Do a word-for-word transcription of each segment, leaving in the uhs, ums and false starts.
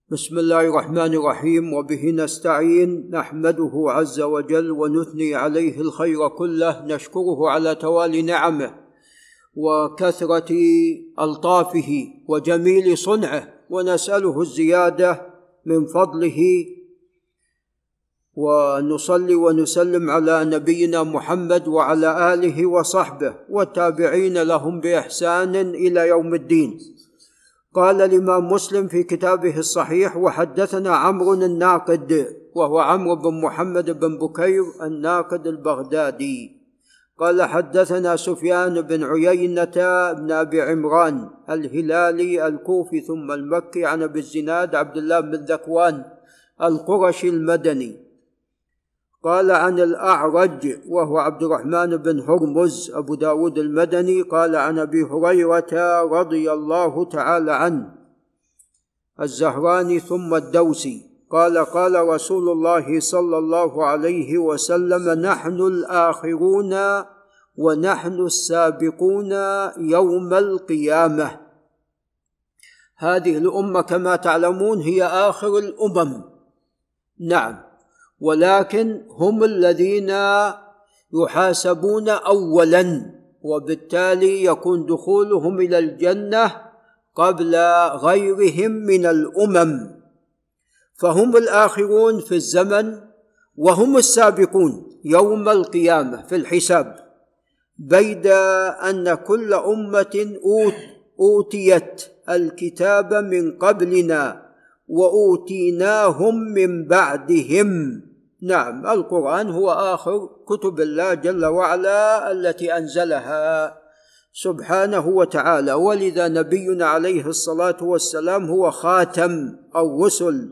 بسم الله الرحمن الرحيم، وبه نستعين. نحمده عز وجل ونثني عليه الخير كله، نشكره على توالي نعمه وكثرة ألطافه وجميل صنعه، ونسأله الزيادة من فضله، ونصلي ونسلم على نبينا محمد وعلى آله وصحبه والتابعين لهم بإحسان إلى يوم الدين. قال الإمام مسلم في كتابه الصحيح: وحدثنا عمرو الناقد، وهو عمرو بن محمد بن بكير الناقد البغدادي، قال حدثنا سفيان بن عيينة بن أبي عمران الهلالي الكوفي ثم المكي عن أبي الزناد عبد الله بن ذكوان القرشي المدني، قال عن الأعرج وهو عبد الرحمن بن هرمز أبو داود المدني، قال عن أبي هريرة رضي الله تعالى عنه الزهراني ثم الدوسي، قال قال رسول الله صلى الله عليه وسلم: نحن الآخرون ونحن السابقون يوم القيامة. هذه الأمة كما تعلمون هي آخر الأمم، نعم، ولكن هم الذين يحاسبون أولا، وبالتالي يكون دخولهم إلى الجنة قبل غيرهم من الأمم، فهم الآخرون في الزمن وهم السابقون يوم القيامة في الحساب، بيد أن كل أمة أوتيت الكتاب من قبلنا وأوتيناهم من بعدهم. نعم، القرآن هو آخر كتب الله جل وعلا التي أنزلها سبحانه وتعالى، ولذا نبينا عليه الصلاة والسلام هو خاتم الرسل.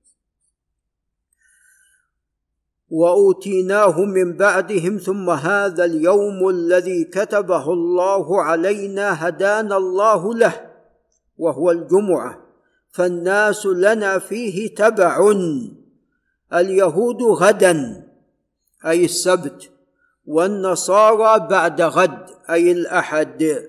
وأوتيناه من بعدهم، ثم هذا اليوم الذي كتبه الله علينا هدانا الله له، وهو الجمعة، فالناس لنا فيه تبع، اليهود غدا أي السبت، والنصارى بعد غد أي الأحد،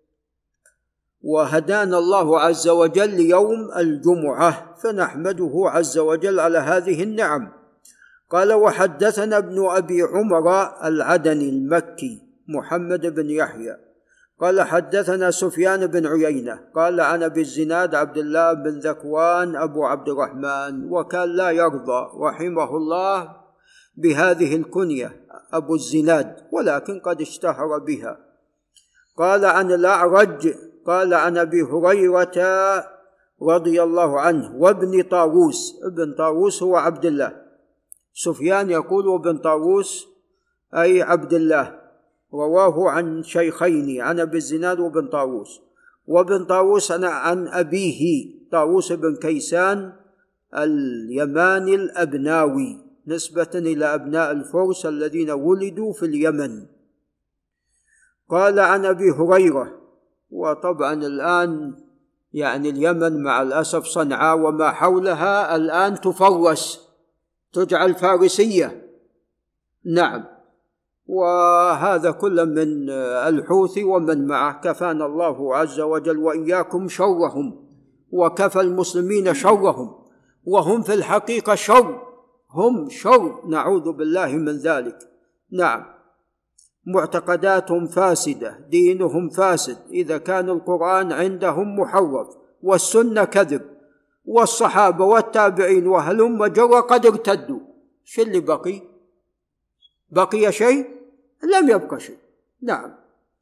وهدانا الله عز وجل يوم الجمعة، فنحمده عز وجل على هذه النعم. قال: وحدثنا ابن أبي عمر العدني المكي محمد بن يحيى قال حدثنا سفيان بن عيينة قال عن أبي الزناد عبد الله بن ذكوان أبو عبد الرحمن، وكان لا يرضى رحمه الله بهذه الكنية أبو الزناد، ولكن قد اشتهر بها. قال عن الأعرج قال عن أبي هريرة رضي الله عنه وابن طاووس، ابن طاووس هو عبد الله، سفيان يقول وابن طاووس أي عبد الله، رواه عن شيخين عن أبي الزناد وابن طاووس، وابن طاووس عن أبيه طاووس بن كيسان اليماني الأبناوي، نسبة إلى أبناء الفرس الذين ولدوا في اليمن. قال عن أبي هريرة، وطبعا الآن يعني اليمن مع الأسف صنعاء وما حولها الآن تفرس، تجعل فارسية، نعم، وهذا كل من الحوثي ومن معه، كفانا الله عز وجل وإياكم شرهم، وكفى المسلمين شرهم، وهم في الحقيقة شر، هم شر، نعوذ بالله من ذلك. نعم، معتقداتهم فاسدة، دينهم فاسد، إذا كان القرآن عندهم محرف والسنة كذب والصحابة والتابعين وهلم جرى قد ارتدوا، شو اللي بقي؟ بقي شيء؟ لم يبقى شيء. نعم،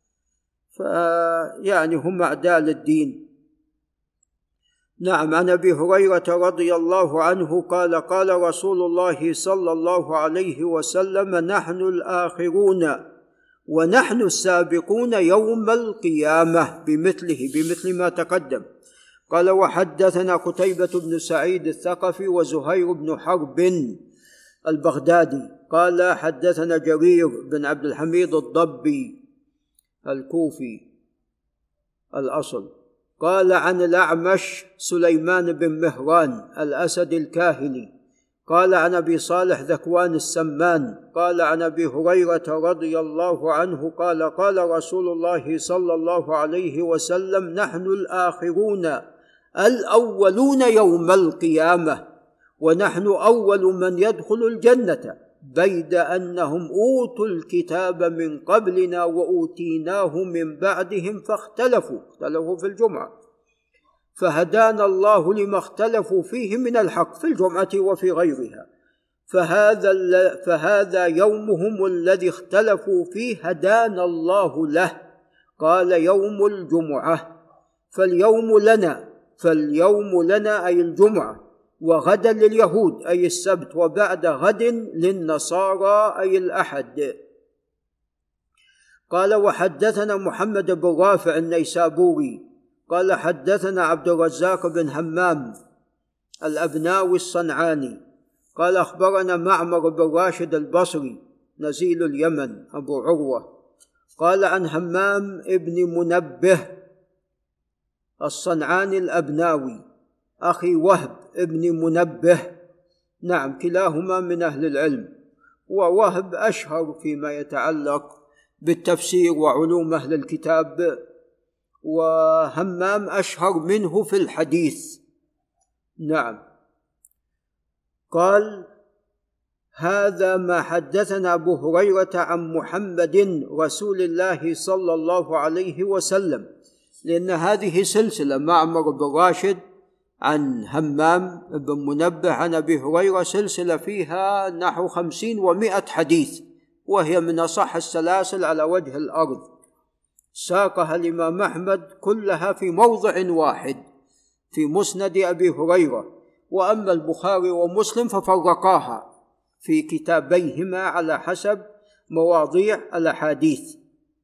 فيعني هم أعداء الدين. نعم، عن أبي هريرة رضي الله عنه قال قال رسول الله صلى الله عليه وسلم: نحن الآخرون ونحن السابقون يوم القيامة، بمثله بمثل ما تقدم. قال: وحدثنا قتيبة بن سعيد الثقفي وزهير بن حرب البغدادي قال حدثنا جرير بن عبد الحميد الضبي الكوفي الأصل، قال عن الأعمش سليمان بن مهران الأسد الكاهلي، قال عن أبي صالح ذكوان السمان، قال عن أبي هريرة رضي الله عنه قال قال رسول الله صلى الله عليه وسلم: نحن الآخرون الأولون يوم القيامة، ونحن أول من يدخل الجنة، بيد أنهم أوتوا الكتاب من قبلنا وأوتيناه من بعدهم فاختلفوا اختلفوا في الجمعة، فهدانا الله لما اختلفوا فيه من الحق في الجمعة وفي غيرها، فهذا, فهذا يومهم الذي اختلفوا فيه هدانا الله له. قال يوم الجمعة، فاليوم لنا فاليوم لنا أي الجمعة، وغدا لليهود أي السبت، وبعد غد للنصارى أي الأحد. قال وحدثنا محمد بن رافع النيسابوري قال حدثنا عبد الرزاق بن همام الأبناوي الصنعاني قال أخبرنا معمر بن راشد البصري نزيل اليمن أبو عروة قال عن همام ابن منبه الصنعاني الأبناوي أخي وهب ابن منبه، نعم كلاهما من أهل العلم، ووهب أشهر فيما يتعلق بالتفسير وعلوم أهل الكتاب، وهمام أشهر منه في الحديث. نعم. قال هذا ما حدثنا أبو هريرة عن محمد رسول الله صلى الله عليه وسلم، لأن هذه سلسلة معمر بن راشد عن همام بن منبه عن أبي هريرة سلسلة فيها نحو خمسين ومائة حديث، وهي من أصح السلاسل على وجه الأرض، ساقها الإمام أحمد كلها في موضع واحد في مسند أبي هريرة، وأما البخاري ومسلم ففرقاها في كتابيهما على حسب مواضيع الأحاديث.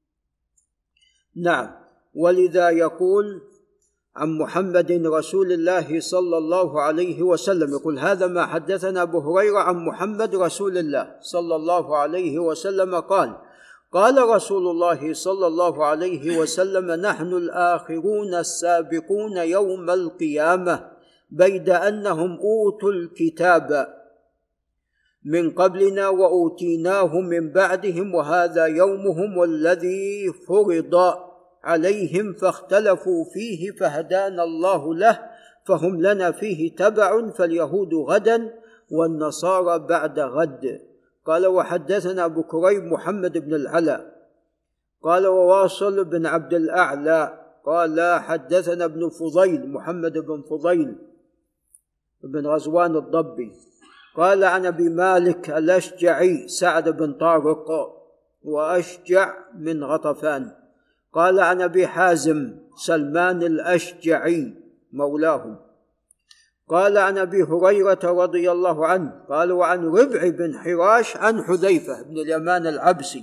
نعم. ولذا يقول عن محمد رسول الله صلى الله عليه وسلم، يقول هذا ما حدثنا أبو هريرة عن محمد رسول الله صلى الله عليه وسلم قال قال رسول الله صلى الله عليه وسلم نحن الآخرون السابقون يوم القيامة، بيد أنهم أوتوا الكتاب من قبلنا وأوتيناه من بعدهم، وهذا يومهم الذي فرض عليهم فاختلفوا فيه فهدانا الله له، فهم لنا فيه تبع، فاليهود غدا والنصارى بعد غد. قال وحدثنا أبو كريب محمد بن العلا قال وواصل بن عبد الأعلى قال حدثنا ابن فضيل محمد بن فضيل بن غزوان الضبي قال عن أبي مالك الأشجعي سعد بن طارق وأشجع من غطفان قال عن أبي حازم سلمان الأشجعي مولاهم قال عن أبي هريرة رضي الله عنه قال وعن ربع بن حراش عن حذيفة بن اليمان العبسي،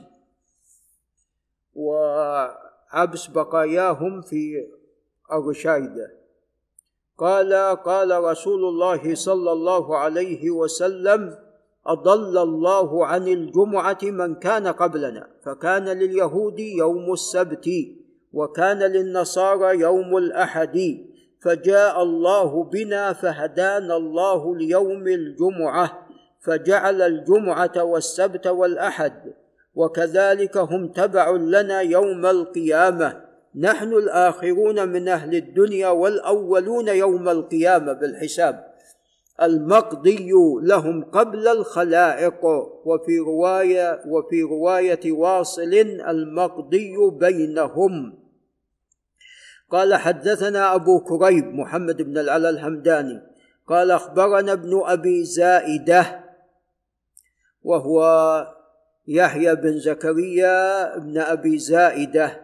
وعبس بقاياهم في الرشايدة، قال قال رسول الله صلى الله عليه وسلم أضل الله عن الجمعة من كان قبلنا، فكان لليهود يوم السبت وكان للنصارى يوم الأحد، فجاء الله بنا فهدانا الله ليوم الجمعة، فجعل الجمعة والسبت والأحد، وكذلك هم تبع لنا يوم القيامة، نحن الآخرون من أهل الدنيا والأولون يوم القيامة بالحساب، المقضي لهم قبل الخلائق، وفي رواية وفي رواية واصل المقضي بينهم. قال حدثنا أبو كريب محمد بن العلا الهمداني قال أخبرنا ابن أبي زائدة وهو يحيى بن زكريا بن أبي زائدة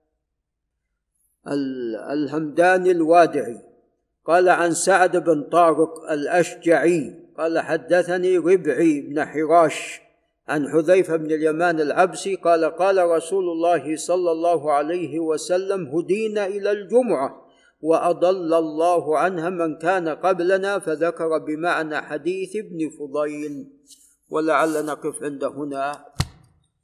الهمداني الوادعي قال عن سعد بن طارق الأشجعي قال حدثني ربعي بن حراش عن حذيفة بن اليمان العبسي قال قال رسول الله صلى الله عليه وسلم هدينا إلى الجمعة وأضل الله عنها من كان قبلنا، فذكر بمعنى حديث ابن فضيل. ولعل نقف عند هنا